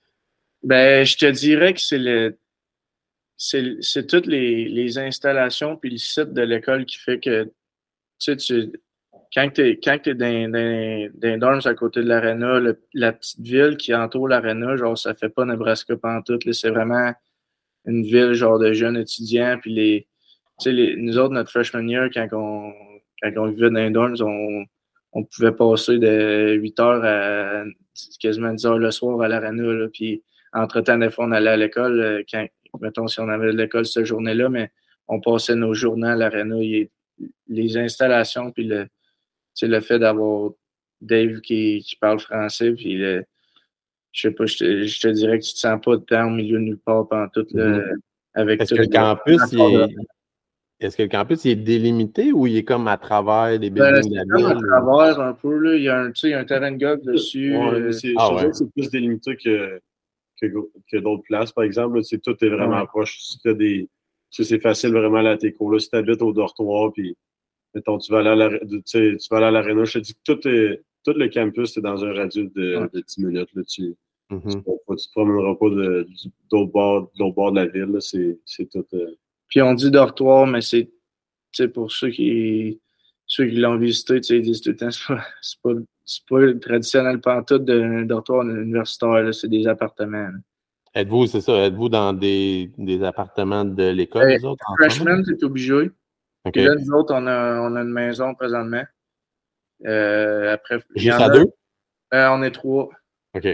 Ben, je te dirais que c'est le c'est, c'est toutes les, les installations puis le site de l'école qui fait que tu sais, tu, quand tu es, quand t'es dans, dans, dans les dorms à côté de l'aréna, le- la petite ville qui entoure l'aréna, genre, ça fait pas Nebraska pantoute, là, c'est vraiment une ville, genre, de jeunes étudiants, puis les, tu sais, les, nous autres, notre freshman year, quand on, quand on vivait dans les dorms, on, on pouvait passer de huit heures à quasiment dix heures le soir à l'aréna, là, puis entre-temps, des fois, on allait à l'école, euh, quand, mettons, si on avait de l'école cette journée-là, mais on passait nos journées à l'aréna. Il- Les installations, puis le, tu sais, le fait d'avoir Dave qui, qui parle français, puis le, je sais pas, je te, je te dirais que tu te sens pas dedans au milieu de nulle part pendant tout le, mhm. avec Est-ce tout que le le, campus, il est, est-ce que le campus il est délimité ou il est comme à travers les Ben, buildings de c'est la comme à ville? ou- travers un peu, là. Il y a un, tu sais, il y a un terrain de golf dessus. Ouais, mais euh, c'est, je Ah te ouais. dirais que c'est plus délimité que, que, que d'autres places, par exemple. Là, tu sais, tout est vraiment Ouais. proche. Si t'as des, tu sais, c'est facile vraiment là, à tes cours. Là, si tu habites au dortoir, puis mettons, tu vas aller à la, tu sais, tu vas aller à l'aréna, je te dis que tout, est, tout le campus est dans un radius de, Ouais. de dix minutes. Là, tu, Mhm. tu, tu te promèneras pas de, du- d'autre bord, de l'autre bord de la ville. Là, c'est, c'est tout. Euh, Puis on dit dortoir, mais c'est, tu sais, pour ceux qui, ceux qui l'ont visité, tu sais, ils disent tout le temps, c'est pas, c'est pas, c'est pas le traditionnel pantoute d'un dortoir universitaire, là. C'est des appartements, là. Êtes-vous, c'est ça, êtes-vous dans des, des appartements de l'école, Hey, vous autres, en ce moment? freshman, t'es obligé. OK. Puis là, nous autres, on a, on a une maison présentement. Euh, après, il y Juste en à a, deux? euh, on est trois. OK.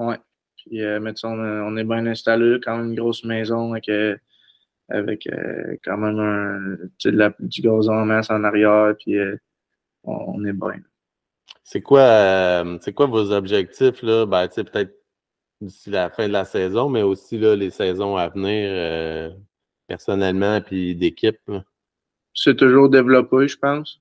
Ouais. Puis, euh, mais on, on est bien installé, quand même une grosse maison avec, euh, avec euh, quand même un, de la, du gazon en masse en arrière. Puis euh, on, on est bien. C'est quoi, euh, c'est quoi vos objectifs, là? Ben, tu sais, peut-être d'ici la fin de la saison, mais aussi là, les saisons à venir, euh, personnellement, puis d'équipe. Là. C'est toujours développé, je pense.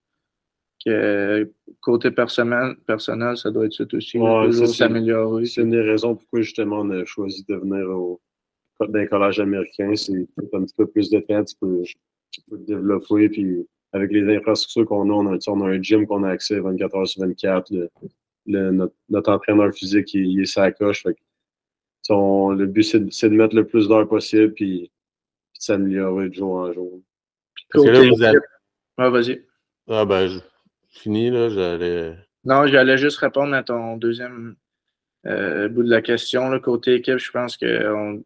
Que côté personnel, personnel, ça doit être ça aussi. Ouais, toujours ça, s'améliorer. C'est une des raisons pourquoi justement on a choisi de venir au, dans un collège américain. C'est un petit peu plus de temps, tu peux, tu peux te développer. Puis avec les infrastructures qu'on a, on a, on a un gym qu'on a accès vingt-quatre heures sur vingt-quatre. Le, le, notre, notre entraîneur physique, il, il est sa coche. Fait que, on, le but, c'est de, de mettre le plus d'heures possible puis, puis de s'améliorer de jour en jour. Parce que là, vous êtes... Ah, vas-y. Ah, ben, je finis, là. J'allais... Non, j'allais juste répondre à ton deuxième euh, bout de la question. Là. Côté équipe, je pense qu'on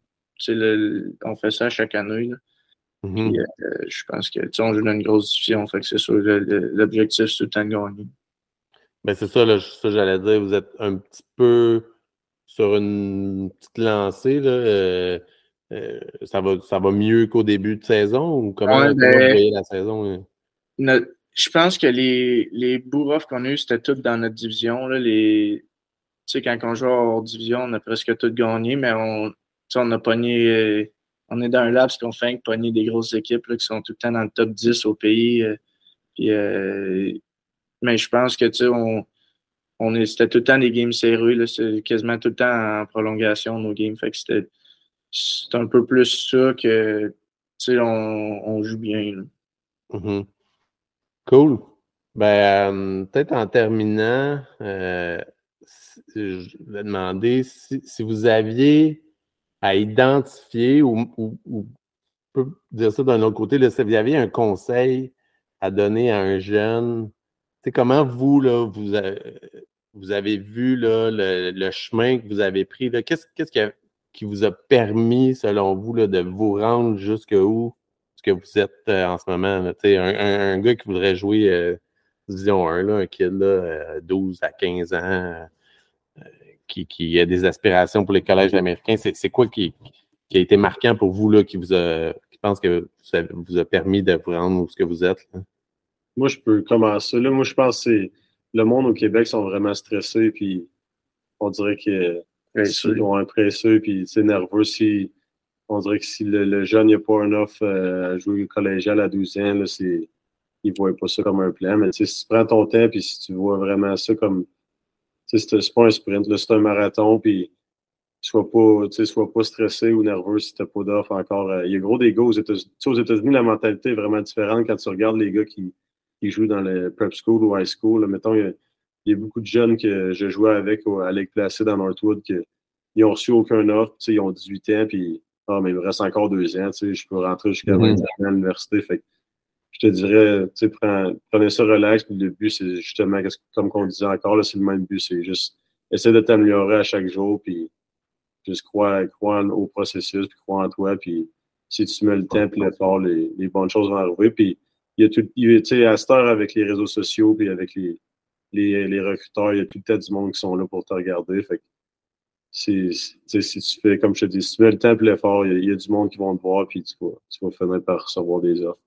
on fait ça chaque année. Là. Mm-hmm. Puis, euh, je pense que on joue dans une grosse division. Fait que c'est sûr, le, le, l'objectif, c'est tout le temps de gagner. Ben, c'est ça, là, ça, j'allais dire. Vous êtes un petit peu sur une petite lancée, là. Euh, euh, ça, va, ça va mieux qu'au début de saison ou comment, ouais, comment ben, vous voyez la saison? Hein? Notre, je pense que les, les bourrofs qu'on a eu, c'était tous dans notre division. Là, les, tu sais, quand on joue hors division, on a presque tout gagné, mais on, on a pogné, euh, on est dans un laps qu'on fait que pogner des grosses équipes là, qui sont tout le temps dans le top dix au pays. Euh, puis, euh, mais je pense que, tu sais, on, on est, c'était tout le temps des games serrés. Là, c'est quasiment tout le temps en prolongation, nos games. Fait que c'était, c'est un peu plus ça que, tu sais, on, on joue bien. Là. Mm-hmm. Cool. Ben, euh, peut-être en terminant, euh, si, je vais demander si, si vous aviez à identifier ou, ou, ou je peux dire ça d'un autre côté, là, si vous aviez un conseil à donner à un jeune, tu sais, comment vous, là, vous, avez, vous avez vu là, le, le chemin que vous avez pris, là, qu'est-ce, qu'est-ce qui, a, qui vous a permis, selon vous, là, de vous rendre jusqu'où ce que vous êtes euh, en ce moment? Là, un, un, un gars qui voudrait jouer euh, Division un, là, un kid là, euh, douze à quinze ans, euh, qui, qui a des aspirations pour les collèges américains, c'est, c'est quoi qui, qui a été marquant pour vous, là, qui vous a, qui pense que ça vous a permis de vous rendre où ce que vous êtes? Là? Moi, je peux commencer. Là, moi, je pense que c'est, le monde au Québec sont vraiment stressés, puis on dirait que s'ils ont un presseux, puis c'est nerveux, si on dirait que si le, le jeune n'a pas un offre euh, à jouer collégial à douze ans, là, c'est, il ne voit pas ça comme un plan. Mais si tu prends ton temps, puis si tu vois vraiment ça comme, c'est, c'est pas un sprint, là, c'est un marathon, puis sois pas, sois pas stressé ou nerveux si tu n'as pas d'offre encore. Il y a gros des gars aux États-Unis. Aux États-Unis, la mentalité est vraiment différente quand tu regardes les gars qui, qui jouent dans le prep school ou high school. Là, mettons, il y, a, il y a beaucoup de jeunes que je jouais avec à Lake Placid dans Northwood qui n'ont reçu aucun offre. Ils ont dix-huit ans, puis ah, mais il me reste encore deux ans. Je peux rentrer jusqu'à vingt ans à l'université. Fait que je te dirais, prends, prenez ça relax. Puis le but, c'est justement, comme on disait encore, là, c'est le même but. C'est juste essayer de t'améliorer à chaque jour. Puis juste croire, croire au processus, puis croire en toi. Puis si tu mets le temps et l'effort, les, les bonnes choses vont arriver. Puis il y a tout, tu sais, à cette heure, avec les réseaux sociaux, puis avec les, les, les recruteurs, il y a tout le temps du monde qui sont là pour te regarder. Fait que c'est, c'est, si tu fais, comme je te dis, si tu mets le temps et l'effort, il y, a, il y a du monde qui vont te voir, puis tu vas, tu vas finir par recevoir des offres.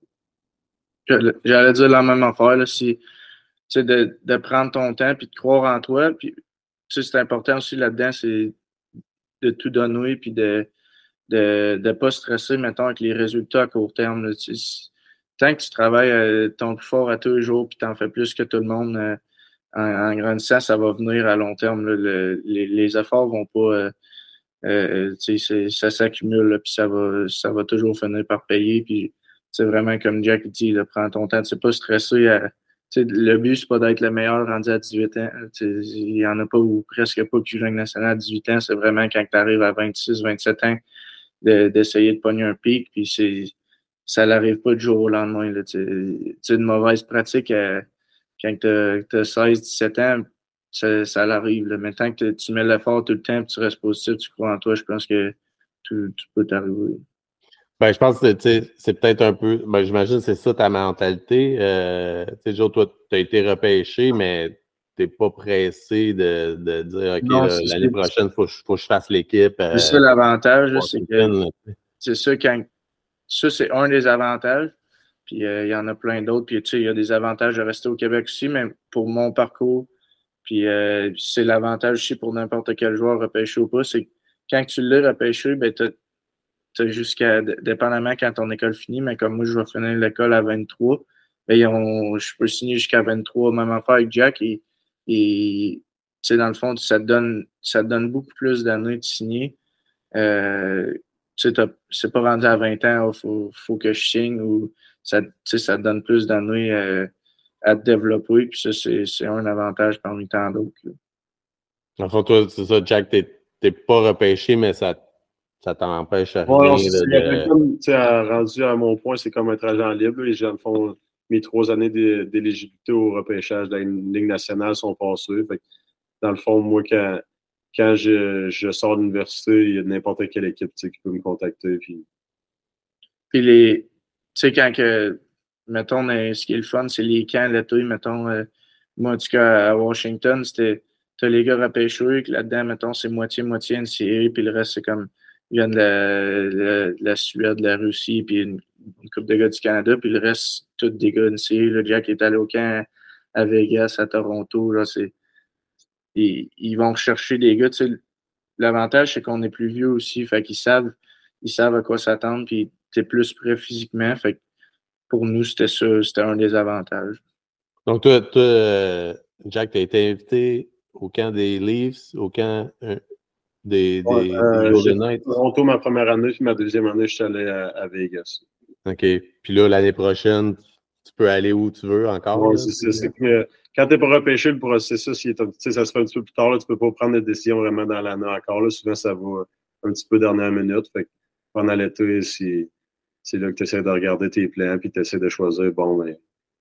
J'allais dire la même affaire, là, si, tu sais, de, de prendre ton temps puis de croire en toi. Puis, tu sais, c'est important aussi là-dedans, c'est de tout donner puis de de ne pas stresser, mettons, avec les résultats à court terme. Là. Tu, tant que tu travailles euh, ton plus fort à tous les jours puis tu en fais plus que tout le monde, euh, en, en grandissant, ça va venir à long terme. Là. Le, les, les efforts vont pas... Euh, euh, tu sais, ça s'accumule puis ça va, ça va toujours finir par payer. Puis c'est vraiment comme Jack dit, là, prends ton temps. Tu sais, pas stressé à... T'sais, le but, c'est pas d'être le meilleur rendu à dix-huit ans. Il y en a pas ou presque pas qui jouent Ligue nationale à dix-huit ans. C'est vraiment quand tu arrives à vingt-six, vingt-sept ans de, d'essayer de pogner un pic. Puis c'est, ça n'arrive pas du jour au lendemain. C'est une mauvaise pratique à, quand tu as seize, dix-sept ans, ça, ça l'arrive. Là. Mais tant que tu mets l'effort tout le temps et tu restes positif, tu crois en toi, je pense que tout, tout peut t'arriver. Ben, je pense que c'est peut-être un peu. Ben, j'imagine que c'est ça ta mentalité. Euh, tu sais, Joe, toi, tu as été repêché, mais t'es pas pressé de, de dire OK, Non, là, c'est l'année ça. prochaine, il faut, faut que je fasse l'équipe. C'est euh, ça l'avantage, là, c'est Washington, que là, tu sais. c'est ça quand ça, c'est un des avantages. Puis euh, il y en a plein d'autres. Puis tu sais, il y a des avantages de rester au Québec aussi, mais pour mon parcours, puis euh, c'est l'avantage aussi pour n'importe quel joueur repêché ou pas, c'est que quand tu l'as repêché, ben t'as, t'as jusqu'à, dépendamment quand ton école finit, mais comme moi, je vais finir l'école à vingt-trois, ben ils ont- je peux signer jusqu'à vingt-trois, même affaire avec Jack, et, et tu sais, dans le fond, ça te donne, ça te donne beaucoup plus d'années de signer. Euh, tu sais, t'as- c'est pas rendu à vingt ans, il faut, faut que je signe, ou ça, tu sais, ça te donne plus d'années euh, à te développer, puis ça, c'est, c'est un avantage parmi tant d'autres, là. Dans le fond, toi, c'est ça, Jack, t'es, t'es pas repêché, mais ça, ça t'empêche rien Ouais, non, c'est de, ça. de- Comme, tu sais, à- rendu à mon point, c'est comme être agent libre. Et j'ai, dans le fond, mes trois années d'é- d'éligibilité au repêchage de la Ligue nationale sont passées. Fait que, dans le fond, moi, quand, quand je, je sors de l'université, il y a n'importe quelle équipe, tu sais, qui peut me contacter. Puis, Puis les, tu sais, quand que, mettons, euh, ce qui est le fun, c'est les camps l'été, mettons, euh, moi, en tout cas, à Washington, c'était, t'as les gars repêchés, que là-dedans, mettons, c'est moitié-moitié N C A A, puis le reste, c'est comme, ils viennent de la, la, de la Suède, de la Russie, puis une, une couple de gars du Canada, puis le reste, tous des gars N C A A, là. Jack est allé au camp à Vegas, à Toronto, là, c'est, ils, ils vont rechercher des gars, tu sais, l'avantage, c'est qu'on est plus vieux aussi, fait qu'ils savent, ils savent à quoi s'attendre, puis t'es plus prêt physiquement, fait que pour nous, c'était ça, c'était un des avantages. Donc, toi, toi euh, Jack, t'as été invité au camp des Leafs, au camp euh, des, ouais, des, euh, des j'ai Golden fait Knights. Toronto ma première année, puis ma deuxième année, je suis allé à, à Vegas. OK. Puis là, l'année prochaine, tu peux aller où tu veux encore. Ouais, Là, c'est ça. C'est que, quand tu n'es pas repêché, le processus, il est, un- tu sais, ça se fait un petit peu plus tard. Là, tu ne peux pas prendre des décisions vraiment dans l'année encore. Là. Souvent, ça va un petit peu dernière minute. Fait que pendant l'été, c'est, c'est là que tu essaies de regarder tes plans puis tu essaies de choisir, bon, ben,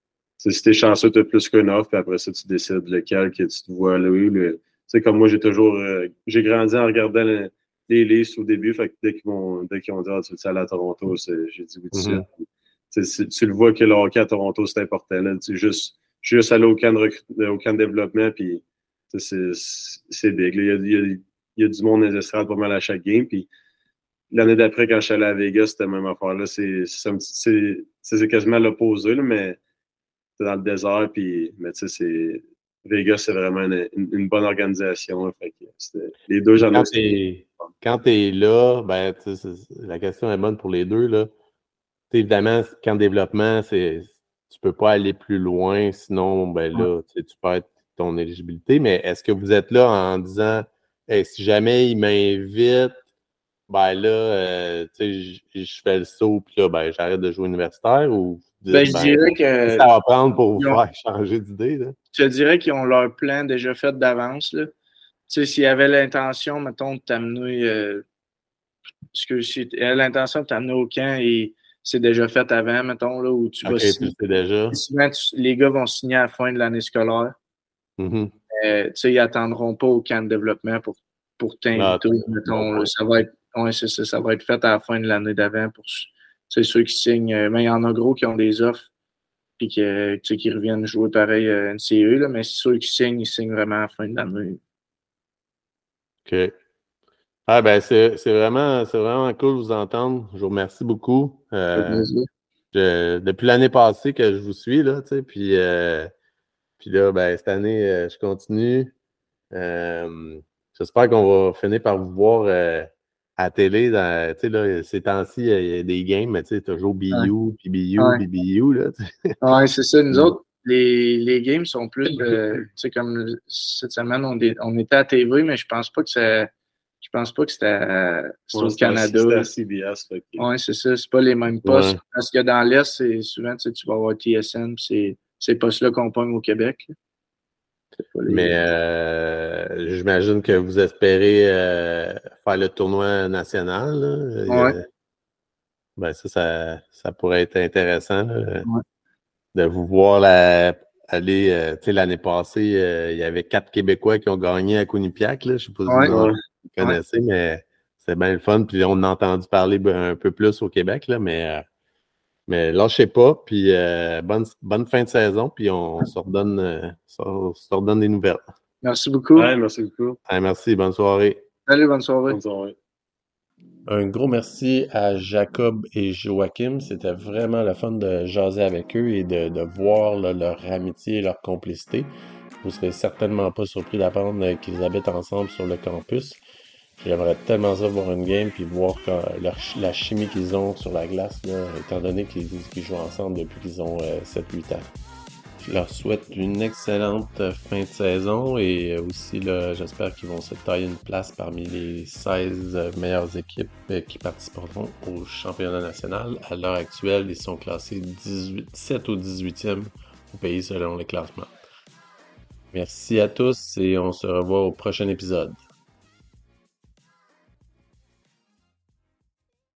si tu es chanceux, tu as plus qu'une offre, puis après ça, tu décides lequel que tu te vois aller. Tu sais, comme moi, j'ai toujours. Euh, j'ai grandi en regardant le, les listes au début. Fait que dès qu'ils m'ont, dès qu'ils ont dit, ah, tu veux aller à Toronto, c'est, j'ai dit oui tout de Mm-hmm. suite. Tu sais, tu le vois que le hockey à Toronto, c'est important. Là. Tu sais, juste, je suis juste allé au camp de, recrut- au camp de développement, puis tu sais, c'est, c'est big. Là. Il, y a, il, y a, il y a du monde dans les estrades pas mal à chaque game. Puis l'année d'après, quand je suis allé à Vegas, c'était la même affaire. Là. C'est, c'est, un petit- c'est, c'est quasiment l'opposé, là, mais c'est dans le désert. Puis, mais tu sais, c'est. Vegas, c'est vraiment une, une, une bonne organisation. Là. Fait que c'était, les deux, j'en ai. Quand t'es, quand t'es là, ben, tu sais, c'est- la question est bonne pour les deux. Là. Évidemment, camp de développement, c'est, tu peux pas aller plus loin, sinon, ben là, tu sais, tu perds ton éligibilité. Mais est-ce que vous êtes là en disant, hey, si jamais il m'invite, ben là, euh, tu sais, je je fais le saut, puis là, ben, j'arrête de jouer universitaire, ou vous Ben, dites, je ben, dirais qu'est-ce que que ça va prendre pour vous ils ont- faire changer d'idée, là? je te dirais qu'ils ont leur plan déjà fait d'avance, là. Tu sais, s'ils avaient l'intention, mettons, de t'amener, euh, excuse, s'ils avaient l'intention de t'amener au camp et c'est déjà fait avant, mettons, là, où tu vas OK, tu le signer. sais déjà. Souvent, tu- les gars vont signer à la fin de l'année scolaire. Mhm. Euh, tu sais, ils attendront pas au camp de développement pour, pour Ah, t'inviter, c'est mettons, bon là. point. Ça va être, ouais, c'est ça, ça va être fait à la fin de l'année d'avant pour, tu sais, ceux qui signent. euh, Mais il y en a gros qui ont des offres puis qui, euh, tu sais, qui reviennent jouer pareil euh, N C A A, là, mais ceux qui signent, ils signent vraiment à la fin de l'année. OK. Ah ben c'est c'est vraiment c'est vraiment cool de vous entendre. Je vous remercie beaucoup. Euh, je- depuis l'année passée que je vous suis, là, tu sais, puis, euh, puis là, ben, cette année, euh, je continue. Euh, j'espère qu'on va finir par vous voir euh, à la télé. Dans, tu sais, là, ces temps-ci, il y a des games, mais tu sais, toujours B U, puis B U, Ouais. puis B U, là, tu sais. Ouais, c'est ça. Nous autres, les, les games sont plus, euh, tu sais, comme cette semaine, on, est- on était à T V, mais je pense pas que ça, je pense pas que c'était à- c'était Ouais, au c'était à- Canada. C'était à C B S. Fait que- Ouais, c'est ça. C'est pas les mêmes postes. Ouais. Parce que dans l'Est, c'est souvent, tu sais, tu vas avoir T S N, puis c'est ces postes-là qu'on pogne au Québec, là. C'est pas les- Mais euh, j'imagine que vous espérez euh, faire le tournoi national, là. Il y a- Ouais. Ben ça, ça, ça pourrait être intéressant, là, Ouais. de vous voir la- aller. euh, tu sais, l'année passée, euh, il y avait quatre Québécois qui ont gagné à Quinnipiac, là. Je ne sais pas si Ouais. vous, en- Ouais. vous connaissez, mais c'est bien le fun. Puis on a entendu parler ben, un peu plus au Québec, là, mais, euh, Mais lâchez pas, puis euh, bonne, bonne fin de saison, puis on, on se redonne, euh, on se redonne des nouvelles. Merci beaucoup. Ouais, merci beaucoup. Ouais, merci, bonne soirée. Salut, bonne soirée. Bonne soirée. Un gros merci à Jacob et Joachim. C'était vraiment le fun de jaser avec eux et de, de voir là, leur amitié et leur complicité. Vous serez certainement pas surpris d'apprendre qu'ils habitent ensemble sur le campus. J'aimerais tellement ça voir une game puis voir quand, leur, la chimie qu'ils ont sur la glace, là, étant donné qu'ils, qu'ils jouent ensemble depuis qu'ils ont euh, sept huit ans. Je leur souhaite une excellente fin de saison et aussi là, j'espère qu'ils vont se tailler une place parmi les seize meilleures équipes qui participeront au championnat national. À l'heure actuelle, ils sont classés dix-huit, dix-sept ou dix-huitième au pays selon les classements. Merci à tous et on se revoit au prochain épisode.